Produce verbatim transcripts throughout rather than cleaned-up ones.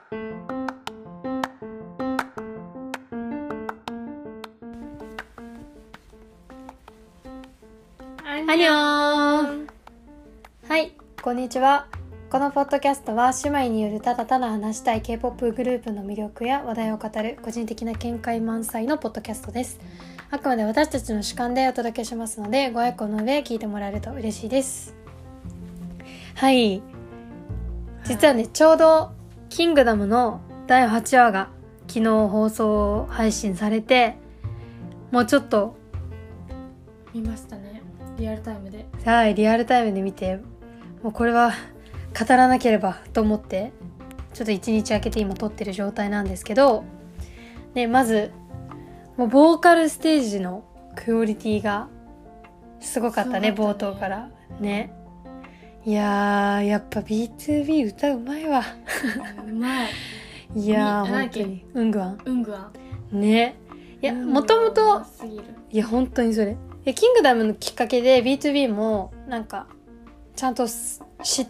アニョー。はい、こんにちは。このポッドキャストは姉妹によるただただ話したい K-ポップ グループの魅力や話題を語る個人的な見解満載のポッドキャストです。あくまで私たちの主観でお届けしますので、ご愛顧の上聞いてもらえると嬉しいです。はい、実はね、ちょうどキングダムのだいはちわが昨日放送配信されて、もうちょっと見ましたね、リアルタイムで。 はい、リアルタイムで見て、もうこれは語らなければと思ってちょっと一日空けて今撮ってる状態なんですけど、ね、まずもうボーカルステージのクオリティがすごかったね、冒頭からね。いやー、やっぱ ビーツービー 歌うまいわうまいいやー本当にウングアンウングアンね。いや、もともといや本当にそれえキングダムのきっかけで ビーツービー もなんかちゃんと知って、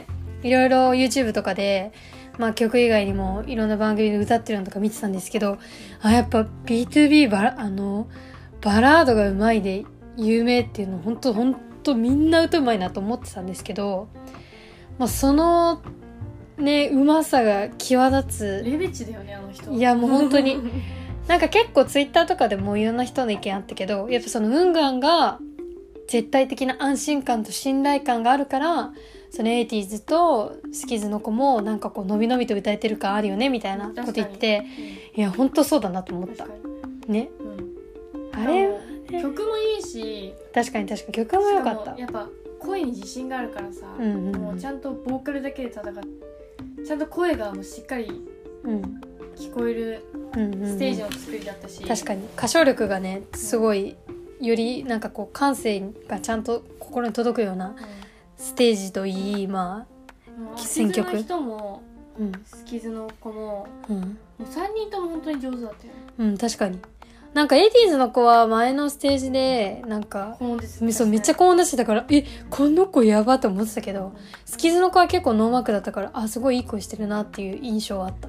いろいろ YouTube とかで、まあ、曲以外にもいろんな番組で歌ってるのとか見てたんですけど、あ、やっぱ ビーツービー バラ、あのバラードがうまいで有名っていうの本当本当みんな歌うまいなと思ってたんですけど、まあ、そのねうまさが際立つレベチだよね、あの人。 いやもう本当になんか結構 Twitter とかでもいろんな人の意見あったけど、やっぱそのウンガンが絶対的な安心感と信頼感があるから、そのエイティーズとスキズの子もなんかこうのびのびと歌えてる感あるよねみたいなこと言って、うん、いや本当そうだなと思ったね、うん、あれは、ね、 曲もいいし、 確かに確かに曲も良かった。 やっぱ声に自信があるからさ、うんうんうん、もうちゃんとボーカルだけで戦って、ちゃんと声がもうしっかり聞こえるステージの作りだったし、うんうんうん、確かに歌唱力がねすごい、よりなんかこう感性がちゃんと心に届くようなステージといい、まあ選曲、 スキズの人も、うん、スキズの子も、うん、もうさんにんとも本当に上手だったよね。 うん、確かに。なんかエイティーズの子は前のステージでなんか高音ですね、 そうめっちゃ高音出してたから、えこの子やばと思ってたけど、うん、スキズの子は結構ノーマークだったから、あすごいいい声してるなっていう印象はあった。うん、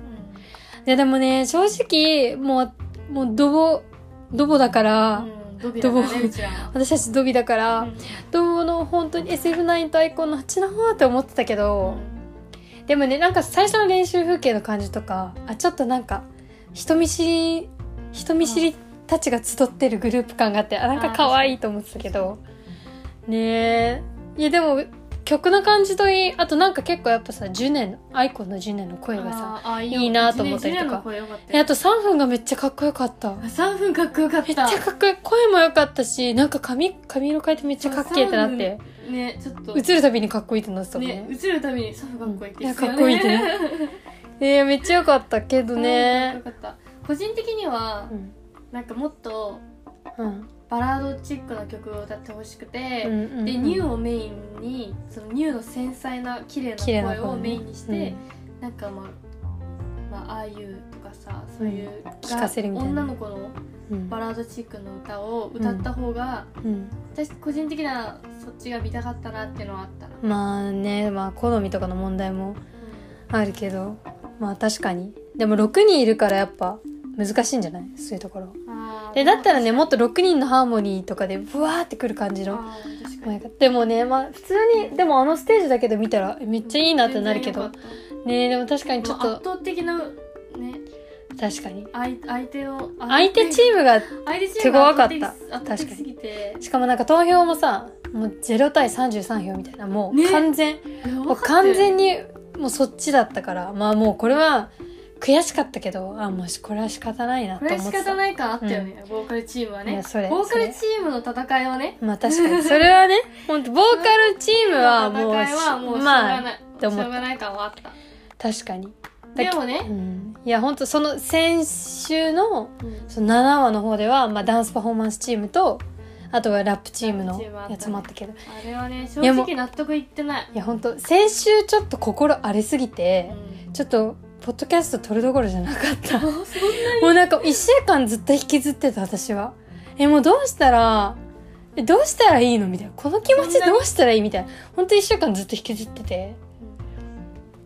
ででもね正直もうもうドボドボだから。うんドビだからね、うちら私たちドビだから、うん、ドボの本当に エスエフナイン とアイコンのあっちの方って思ってたけど、うん、でもねなんか最初の練習風景の感じとか、あちょっとなんか人見知り人見知りたちが集ってるグループ感があって、あなんか可愛いと思ってたけどねえ。いやでも曲の感じといい、あとなんか結構やっぱさジュネアイコンのジュネの声がさああいい、いいなと思ったりとか、あとさんぷんがめっちゃかっこよかった。 さんぷんかっこよかった。 めっちゃかっこよい、声もよかったし、なんか髪髪色変えてめっちゃかっけえってなって、 ね、ちょっと映るたびにかっこいいってなってたもんね。 ね、映るたびにさんぷんかっこいいって言ってたよね。いやかっこいいってねえー、めっちゃよかったけどね。 よかった。個人的には、うん、なんかもっと、うんバラードチックな曲を歌ってほしくて、うんうんうん、でニューをメインに、そのニューの繊細な綺麗な声をメインにして、ねうん、なんかまあ、まあ、ああいうとかさ、そういう、うん、 聞かせるみたいな女の子のバラードチックの歌を歌った方が、うんうん、私個人的にはそっちが見たかったなっていうのはあったな。 まあね、まあ好みとかの問題もあるけど、うん、まあ確かに。でもろくにんいるからやっぱ難しいんじゃない？そういうところ。でだったらねもっとろくにんのハーモニーとかでブワーってくる感じの。でもねまあ普通にでもあのステージだけで見たらめっちゃいいなってなるけどね。でも確かにちょっと圧倒的なね。 確かに相手の相手チームが手強かった。確かに。しかもなんか投票もさもうゼロたいさんじゅうさんひょうみたいな、もう完全、ね、もう完全にもうそっちだったから、まあもうこれは悔しかったけど、あもうこれは仕方ないなと思ってた。 これは仕方ない感あったよね、うん、ボーカルチームはね。それボーカルチームの戦いはね、 まあ確かにそれはね本当ボーカルチームはもう戦いはもうしょうがない、まあ、しょうがない感はあった。 確かに。 でもね、 うん、いや本当その先週 の,、うん、そのななわの方では、まあ、ダンスパフォーマンスチームとあとはラップチームのやつもあったけど、 あれはね正直納得いってない。 いや本当先週ちょっと心荒れすぎて、うん、ちょっとポッドキャスト撮るどころじゃなかったもうなんかいっしゅうかんずっと引きずってた私は。えもうどうしたらえどうしたらいいのみたいな、この気持ちどうしたらいいみたいな、本当いっしゅうかんずっと引きずってて、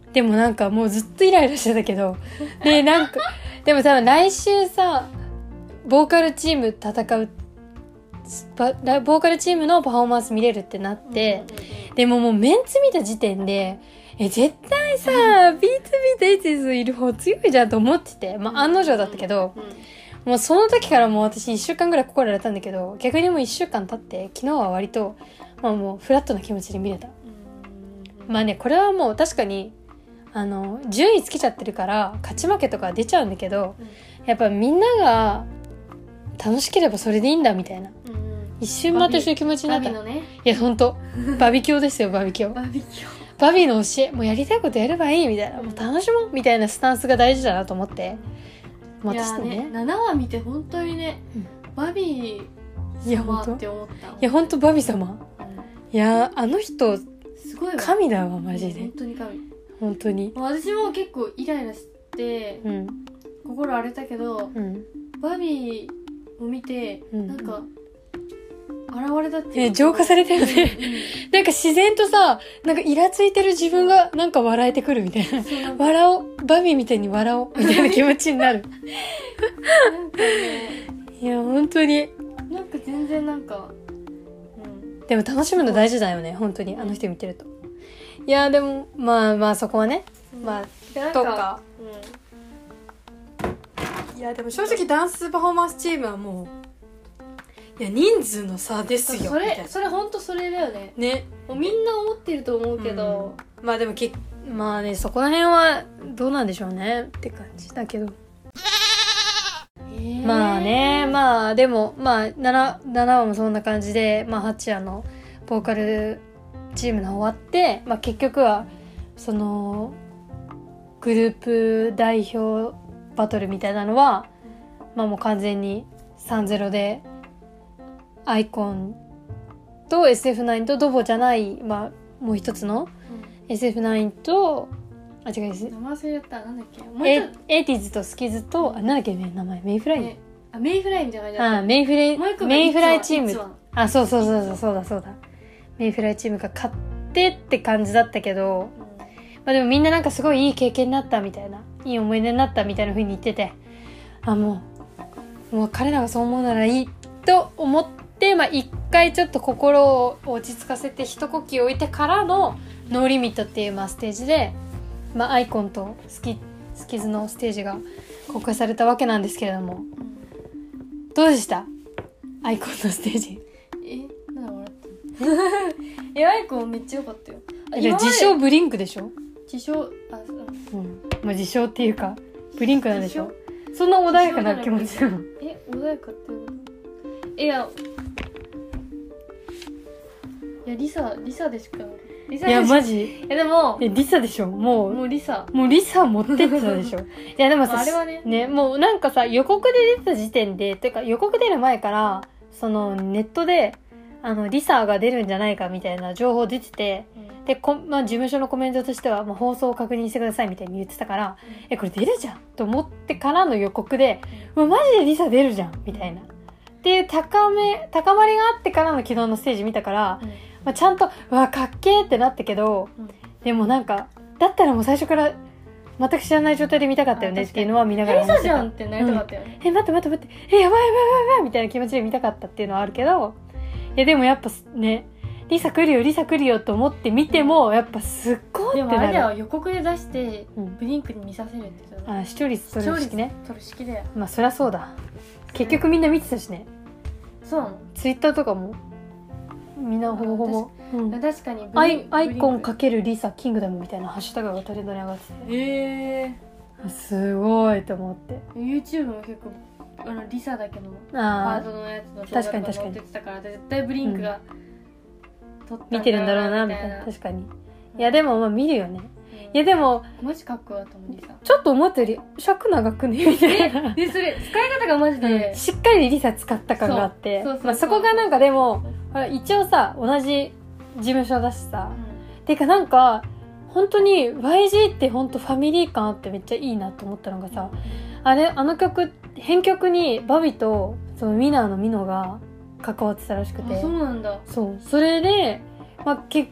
でもなんかもうずっとイライラしてたけどでなんかでも多分来週さボーカルチーム戦うボーカルチームのパフォーマンス見れるってなって、うんうんうん、でももうメンツ見た時点でえ絶対さ ビーツービー とエイティーズいる方強いじゃんと思ってて、まあ案の定だったけど、うんうんうん、もうその時からもう私いっしゅうかんぐらい心やられたんだけど、逆にもういっしゅうかん経って昨日は割と、まあ、もうフラットな気持ちで見れた。まあねこれはもう確かにあの順位つけちゃってるから勝ち負けとか出ちゃうんだけど、うん、やっぱみんなが楽しければそれでいいんだみたいな、うん、一瞬またそういう気持ちになった。バビのね、いやほんとバビ教ですよバビ教バビ教バビの教え、もうやりたいことやればいいみたいな、もう楽しもうみたいなスタンスが大事だなと思って、 いやね、ねななわ見て本当にね、うん、バビ様って思った。いや本当バビ様、うん、いやあの人すごい神だわマジで、 本当に神、 本当に私も結構イライラして、うん、心荒れたけど、うん、バビを見て、うん、なんか現れたっていう、 ね、浄化されたよね、うん、なんか自然とさ、なんかイラついてる自分がなんか笑えてくるみたいな、笑おうバビみたいに笑おうみたいな気持ちになるなんかね、いや本当になんか全然なんか、 うん、でも楽しむの大事だよね本当に、あの人見てると。いやでもまあまあそこはね、うん、まあとか、うん、いやでも正直ダンスパフォーマンスチームはもういや人数の差ですよ。 それそれ本当それだよね。ね、もうみんな思ってると思うけど、 うん、まあでもけまあねそこら辺はどうなんでしょうねって感じだけど。えー、まあねまあでもまあ 7, 7話もそんな感じで、まあはちわのボーカルチームが終わって、まあ結局はそのグループ代表バトルみたいなのは、まあもう完全に さんたいゼロ で。アイコンと エスエフナイン とドボじゃない、まあ、もう一つの、うん、エスエフナイン とあ違うです名前忘れたなんだっけもう一つエイティーズとスキズと、あなんだっけ名前メイフライン、 あメイフラインじゃないだあメイフライメイフライチーム、あそうそうそうそうそうだそうだメイフライチームが勝ってって感じだったけど、うん、まあ、でもみんななんかすごいいい経験になったみたいないい思い出になったみたいな風に言ってて、あもうもう彼らがそう思うならいいと思ってで、まあ、一回ちょっと心を落ち着かせて一呼吸置いてからのノーリミットっていう、まあ、ステージで、まあ、アイコンとスキ、スキズのステージが公開されたわけなんですけれども、どうでしたアイコンのステージ。 えなんだ笑ったえアイコンめっちゃ良かったよ。 自称ブリンクでしょ。 自称あうん、まあ、自称っていうかブリンクなんでしょ。そんな穏やかな気持ちなの。 え穏やかってえいやいやリサリサでしかリサいやマジえでもえリサでしょ。もうもうリサもうリサ持ってってたでしょいやでもさあれはねねもうなんかさ予告で出た時点でてか予告出る前からそのネットであのリサが出るんじゃないかみたいな情報出てて、うん、でこ、まあ、事務所のコメントとしては、まあ、放送を確認してくださいみたいに言ってたから、うん、えこれ出るじゃんと思ってからの予告で、うん、もうマジでリサ出るじゃんみたいなっていう高め高まりがあってからの昨日のステージ見たから、うんまあ、ちゃんとうわかっけーってなったけど、うん、でもなんかだったらもう最初から全く知らない状態で見たかったよねっていうのは見ながら思ってた。リサじゃんってなりたかったよね、 うん、え待って待って待ってえやばいやばいやばいやばいみたいな気持ちで見たかったっていうのはあるけど、いやでもやっぱねリサ来るよリサ来るよと思って見てもやっぱすっごいってなる。 でもあれだよ予告で出してブリンクに見させるって言ったら、うん、あ視聴率取る式ね。 取る式だよ。 まあそりゃそうだ。結局みんな見てたしね。 そうなの。 ツイッターとかもみんなほぼほぼ、 うん、確かにアイ、アイコン×リサキングダムみたいなハッシュタグがトレンドに上がってて、 えー、すごいと思って。 YouTube も結構あのリサだけのハードのやつの動画とか載ってたから絶対ブリンクが撮ったんだろうな、うん、見てるんだろうなみたいな。 確かに。いやでもまあ見るよね、うん、いやでもマジかっこよかったもんリサ。 ちょっと思ったより尺長くねみたいな。 でそれ使い方がマジで、 うん、しっかりリサ使った感があって、そこがなんかでも一応さ同じ事務所だしさ、うん、てかなんか本当に ワイジー って本当ファミリー感あってめっちゃいいなと思ったのがさ、あれあの曲編曲にバビとそのミナーのミノが関わってたらしくて。 あそうなんだ。 そうそれで、まあ、結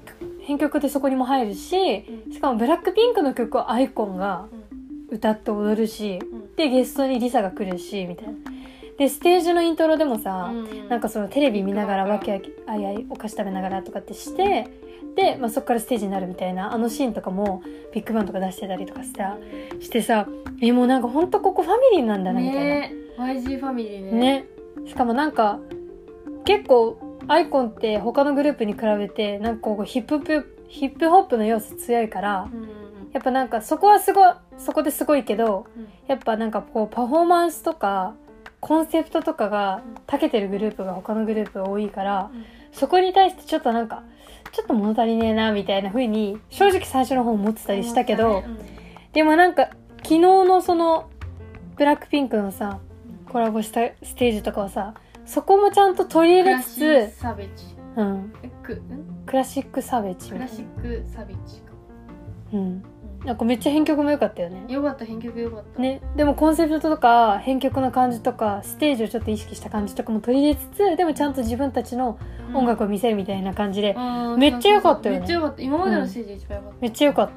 編曲でそこにも入るし、うん、しかもブラックピンクの曲をアイコンが歌って踊るし、うん、でゲストにリサが来るしみたいな。でステージのイントロでもさ、うん、なんかそのテレビ見ながらわけあいあいお菓子食べながらとかってして、うん、で、まあ、そこからステージになるみたいなあのシーンとかもビッグバンとか出してたりとかした、うん、してさ、えもうなんかほんとここファミリーなんだなみたいな、 ね、ワイジー ファミリーね。 ね、しかもなんか結構アイコンって他のグループに比べてなんかこうヒップヒップホップの要素強いから、うん、やっぱなんかそこはすごいそこですごいけど、うん、やっぱなんかこうパフォーマンスとかコンセプトとかが長けてるグループが他のグループが多いから、うん、そこに対してちょっとなんかちょっと物足りねえなみたいな風に正直最初の方思ってたりしたけど、うん、でもなんか昨日のそのブラックピンクのさコラボしたステージとかはさそこもちゃんと取り入れつつクラシックサベッジ、うん、クラシックサベッジクラシックサベッジか、 うんなんかめっちゃ編曲も良かったよね。 良かった編曲良かったね。でもコンセプトとか編曲の感じとかステージをちょっと意識した感じとかも取り入れつつでもちゃんと自分たちの音楽を見せるみたいな感じで、うん、めっちゃ良かったよね。 めっちゃ良かった今までのステージ一番良かった、 うん、めっちゃ良かった。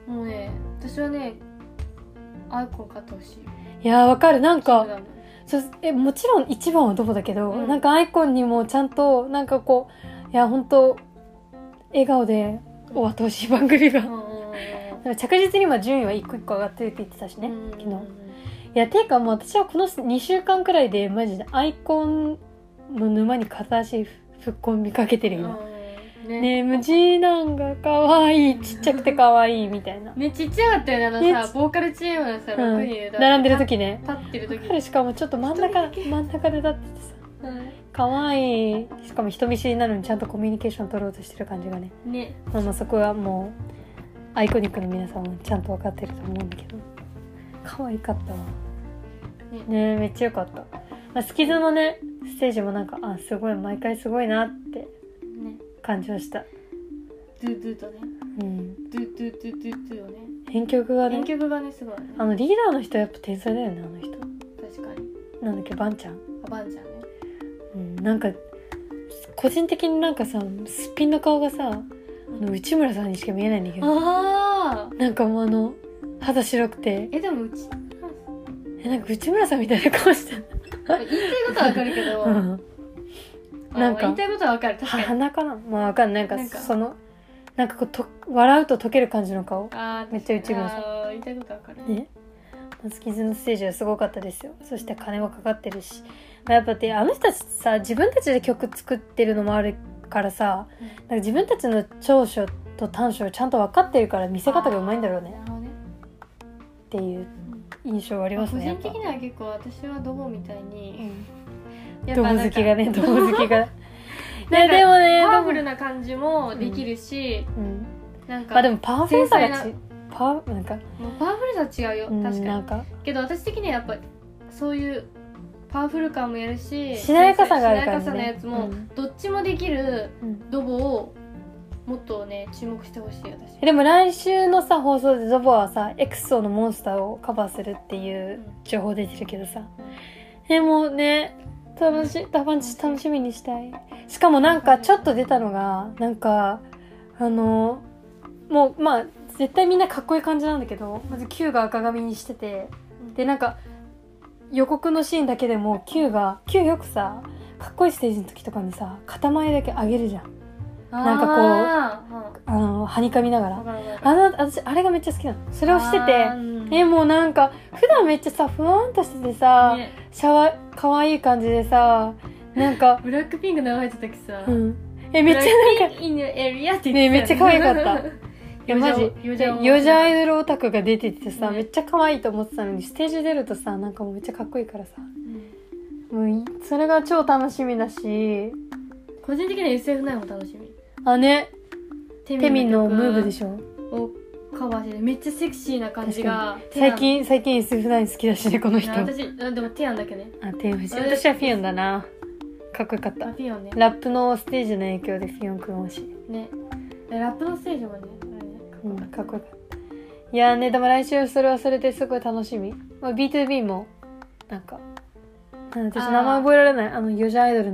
もうね私はねアイコン買ってほしい。 いやーわかるなんかそえもちろん一番はどこだけど、うん、なんかアイコンにもちゃんとなんかこういや本当笑顔で終わってほしい番組が、うん着実には順位は一個一個上がってるって言ってたしね昨日。いやていうかもう私はこのにしゅうかんくらいでマジでアイコンの沼に片足復興見かけてる今。ねねえ無地なんが可愛いちっちゃくて可愛いみたいな。 ねちっちゃかったよねあのさボーカルチームのさ、うん、ろくにんで並んでる時ね立ってる時しかもちょっと真ん中真ん中で立っててさ、うん、可愛いしかも人見知りなのにちゃんとコミュニケーション取ろうとしてる感じがね。 ねまあまあそこはもうアイコニックの皆さんもちゃんと分かってると思うんだけど可愛かったわ ね, ねめっちゃ良かった、まあ、スキズのねステージもなんかあすごい毎回すごいなって感じはした、ね、 ドゥドゥとねうんドゥドゥドゥドゥドゥよね編曲がね編曲がねすごいねあのリーダーの人やっぱ天才だよねあの人。 確かになんだっけバンちゃんあバンちゃんね、 うん、なんか個人的になんかさすっぴんの顔がさあの内村さんにしか見えないんだけどあなんかもうあの肌白くてえでもうちえなんか内村さんみたいな顔して言いたいことはわかるけど、うん、なんか言いたいことはわかる確かに鼻かなまあわかんないなんかそのなんかこうと笑うと溶ける感じの顔あめっちゃ内村さんあ言いたいことはわかるねスキズのステージはすごかったですよ。そして金もかかってるし、まあ、やっぱってあの人たちさ自分たちで曲作ってるのもあるからさ、うん、なんか自分たちの長所と短所をちゃんと分かってるから見せ方がうまいんだろうね、ねっていう印象はありますね。 個人的には結構私はドボみたいに、 うん、ドボ好きがねドボ好きがねでもねパワフルな感じもできるし、うんうん、なんかまあでもパワフルさがちパワなんかパワフルさ違うよ、うん、確かになんかけど私的にはやっぱそういうパワフル感もやるししなやかさがあるからねしなやかさのやつも、うん、どっちもできるドボをもっとね注目してほしい私。 でも来週のさ放送でドボはさエクソのモンスターをカバーするっていう情報出てるけどさ、うん、でもね楽しダパンチ楽しみにしたい。しかもなんかちょっと出たのがなんかあのもうまあ絶対みんなかっこいい感じなんだけどまず Q が赤髪にしてて、うん、でなんか予告のシーンだけでも Q が Q よくさかっこいいステージの時とかにさ肩前だけ上げるじゃん。なんかこう あ,、うん、あのはにかみながらあの私あれがめっちゃ好きなの。それをしてて、うん、えもうなんか普段めっちゃさふわんとしててさ、ね、シャワーかわいい感じでさなんかブラックピンク流れてた時さ、 うん、えめっちゃなんかインエリアって言ってた、 ね、めっちゃ可愛かったいやマジヨジャアイドルオタクが出ててさ、ね、めっちゃ可愛いと思ってたのにステージ出るとさなんかもうめっちゃかっこいいからさ、うん、もうそれが超楽しみだし個人的には エスエフナイン も楽しみ。 あねテミンのムーブでしょをカバーしてめっちゃセクシーな感じが最近最近 エスエフナイン 好きだしねこの人。 私でもティアンだけね。 あティアン私はフィヨンだなかっこよかった。 フィヨンねラップのステージの影響でフィヨンくん推しね。ラップのステージもねうん、かっこよかった。いやーねでも来週それはそれですごい楽しみ、まあ、ビーツービー もなんか私名前覚えられないあのヨジャアイドルの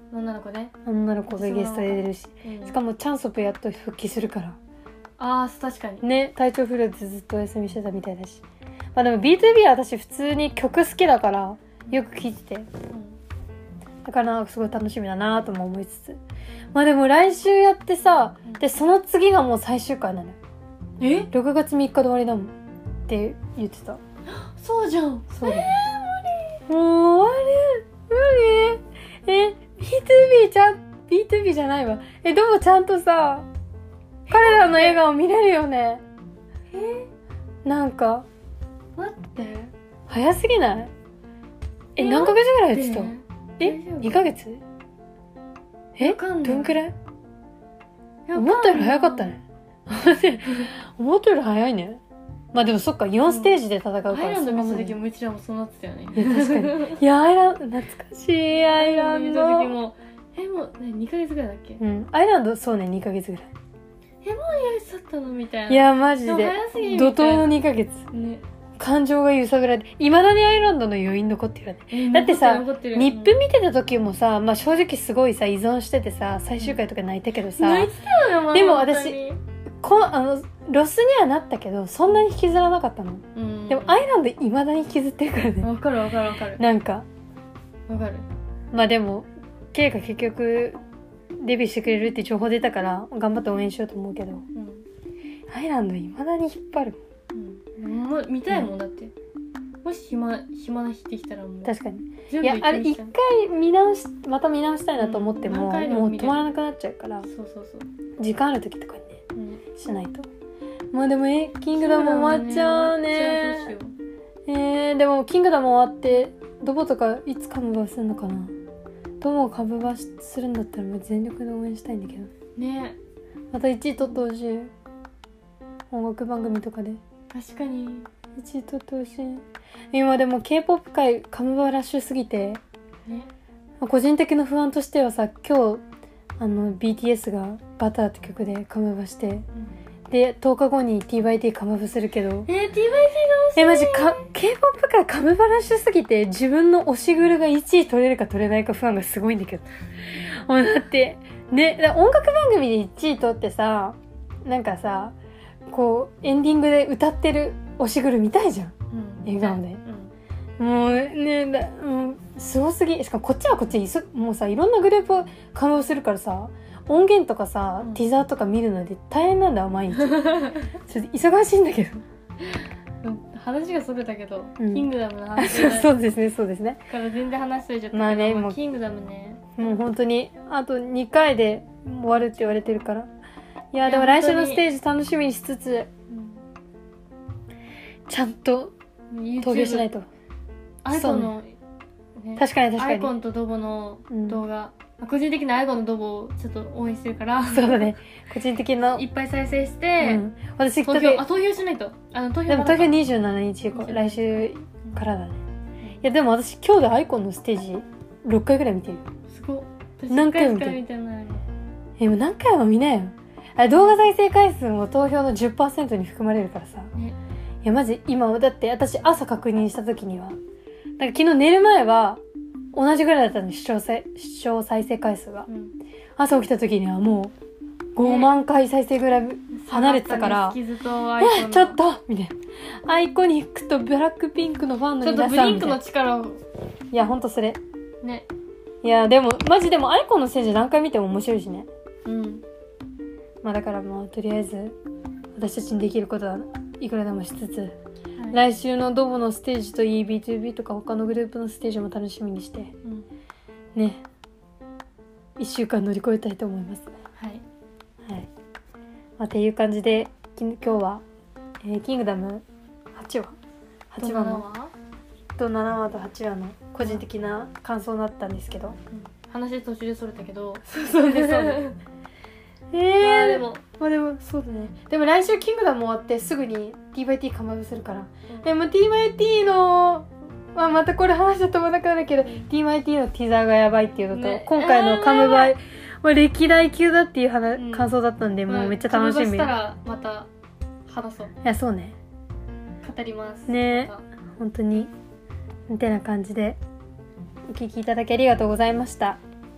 女の子ね女の子がゲストで出るし、うん、しかもチャンソプやっと復帰するからあー確かにね体調不良でずっとお休みしてたみたいだしまあでも ビーツービー は私普通に曲好きだからよく聴いてて、うん、だからなんかすごい楽しみだなとも思いつつまあでも来週やってさ、うん、でその次がもう最終回なのよえろくがつみっかで終わりだもんって言ってたそうじゃんそうだ、 えー、無理もう終わる無理え ビーツービー ちゃん ビーツービー じゃないわえでもちゃんとさ彼らの笑顔見れるよねえなんか待って早すぎないえ何ヶ月ぐらいやってたえにかげつえどんくらい思ったより早かったね思ったより早いねまあでもそっかよんステージで戦うから、うん、 アイランド見た時もうちらもそうなってたよねいや確かにいやアイランド懐かしいアイランド見た時もえもう、ね、にかげつぐらいだっけうんアイランドそうねにかげつぐらいえもうにかげつ経ったのみたいないやマジで怒涛のにかげつね感情が揺さぶられていまだにアイランドの余韻残ってるよね、えー、だってさニップ見てた時もさ、まあ、正直すごいさ依存しててさ最終回とか泣いたけどさ、 泣いてたよ、 でも私こあのロスにはなったけどそんなに引きずらなかったの、うん、でもアイランドいまだに引きずってるからねわかるわかるわかるなんかわかるまあでもケイが結局デビューしてくれるって情報出たから頑張って応援しようと思うけど、うん、アイランドいまだに引っ張るもん、うん、もう見たいもん、うん、だってもし暇暇な日できたらもう確かにいやあれ一回見直しまた見直したいなと思っても、うん、もう止まらなくなっちゃうからそうそうそう時間ある時とかにね、うん、しないとまあでもえキングダム終わっちゃうねう、ね、えー、でもキングダム終わってドボとかいつカムバするのかなドボをカムバするんだったらもう全力で応援したいんだけどねまたいちい取ってほしい音楽番組とかで確かにいちい取ってほしい今でも K-ポップ 界カムバラッシュすぎて、ね、個人的な不安としてはさ今日あの ビーティーエス がバターって曲でカムバして、うんでとおかごに ティーワイティー カムバするけどえー、 ティーワイティー が欲しいえマジか K-ポップ からカムバラッシュすぎて自分の推しグルがいちい取れるか取れないか不安がすごいんだけどもうだってね音楽番組でいちい取ってさなんかさこうエンディングで歌ってる推しグル見たいじゃん、うん、笑顔で、うん、もうねだ、うん、すごすぎしかもこっちはこっちいそもうさいろんなグループカムバするからさ音源とかさ、うん、ティザーとか見るので大変なんだよ毎日ちょっと忙しいんだけど話がそれたけど、うん、キングダムの話そうですねそうですねから全然話しといちゃったけど、 まあね、もうキングダムねもう本当にあとにかいで終わるって言われてるからいやでも来週のステージ楽しみにしつつ、うん、ちゃんと投票しないとアイコンの、 ね、確かに確かにアイコンとドボの動画、うん、個人的なアイコンのドボをちょっと応援してるからそうだね個人的ないっぱい再生して、うん、 私投票あ投票しないとあの投票でも投票にじゅうしちにち来週からだね、うん、いやでも私今日でアイコンのステージろっかいぐらい見てるすごい何回も見てるえもう何回も見なよあれ動画再生回数も投票の じゅっパーセント に含まれるからさ、ね、いやマジ今だって私朝確認した時にはなんか昨日寝る前は同じぐらいだったの視聴再視聴再生回数が、うん、朝起きた時にはもうごまんかい再生ぐらい離れてたから、 ね、 えちょっとみたいなアイコニックとブラックピンクのファンの皆さんちょっとブリンクの力をいやほんとそれねいやでもマジでもアイコンのステージ何回見ても面白いしねうんまあだからもうとりあえず私たちにできることはいくらでもしつつ、はい、来週のドボのステージと イービーツービー とか他のグループのステージも楽しみにして、うん、ねいっしゅうかん乗り越えたいと思いますはい、 はいまあ、っていう感じで今日は、えー、キングダムはちわはちわのとななわとはちわの個人的な感想だったんですけど、うん、 話途中でそれたけどそうですそうですえー、 まあでもまあでもそうだねでも来週キングダム終わってすぐに ティーワイティー カムバするから、うん、でも ティーワイティー の、まあ、またこれ話したと思わなくなるけど ティーワイティー のティザーがやばいっていうのと、ね、今回のカムバ、えー、まあ、歴代級だっていう話、うん、感想だったんでもうめっちゃ楽しみ、カムバしたらまた話そういやそうね語りますねま、本当にみたいな感じでお聞きいただきありがとうございました。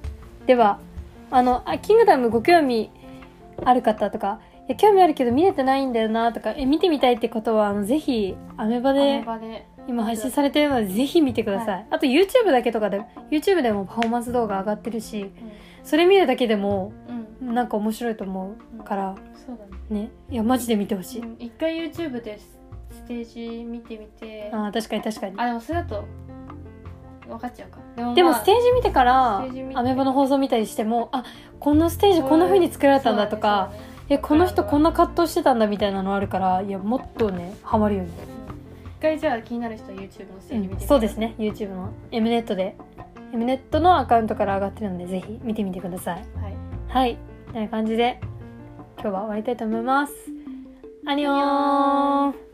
ではあのあキングダムご興味ある方とか、いや興味あるけど見れてないんだよなとか、え見てみたいってことはあのぜひアメバで今配信されてるのでぜひ見てください、はい、あと YouTube だけとかで YouTube でもパフォーマンス動画上がってるし、うん、それ見るだけでも、うん、なんか面白いと思うから、うん、そうだね、ね、いやマジで見てほしい、うん、 一回 YouTube でステージ見てみて、 あ確かに確かに、 あでもそれだと分かっちゃうか、 でも、まあ、でもステージ見てからアメバの放送見たりしても、あこのステージこんな風に作られたんだとか、ねね、えこの人こんな葛藤してたんだみたいなのあるから、いやもっとねハマるよね。 一回じゃあ気になる人は YouTube のステージ見てみて、 うん、そうですね YouTube の エムネット で エムネット のアカウントから上がってるのでぜひ見てみてください。はい、はい、という感じで今日は終わりたいと思います。アニョー。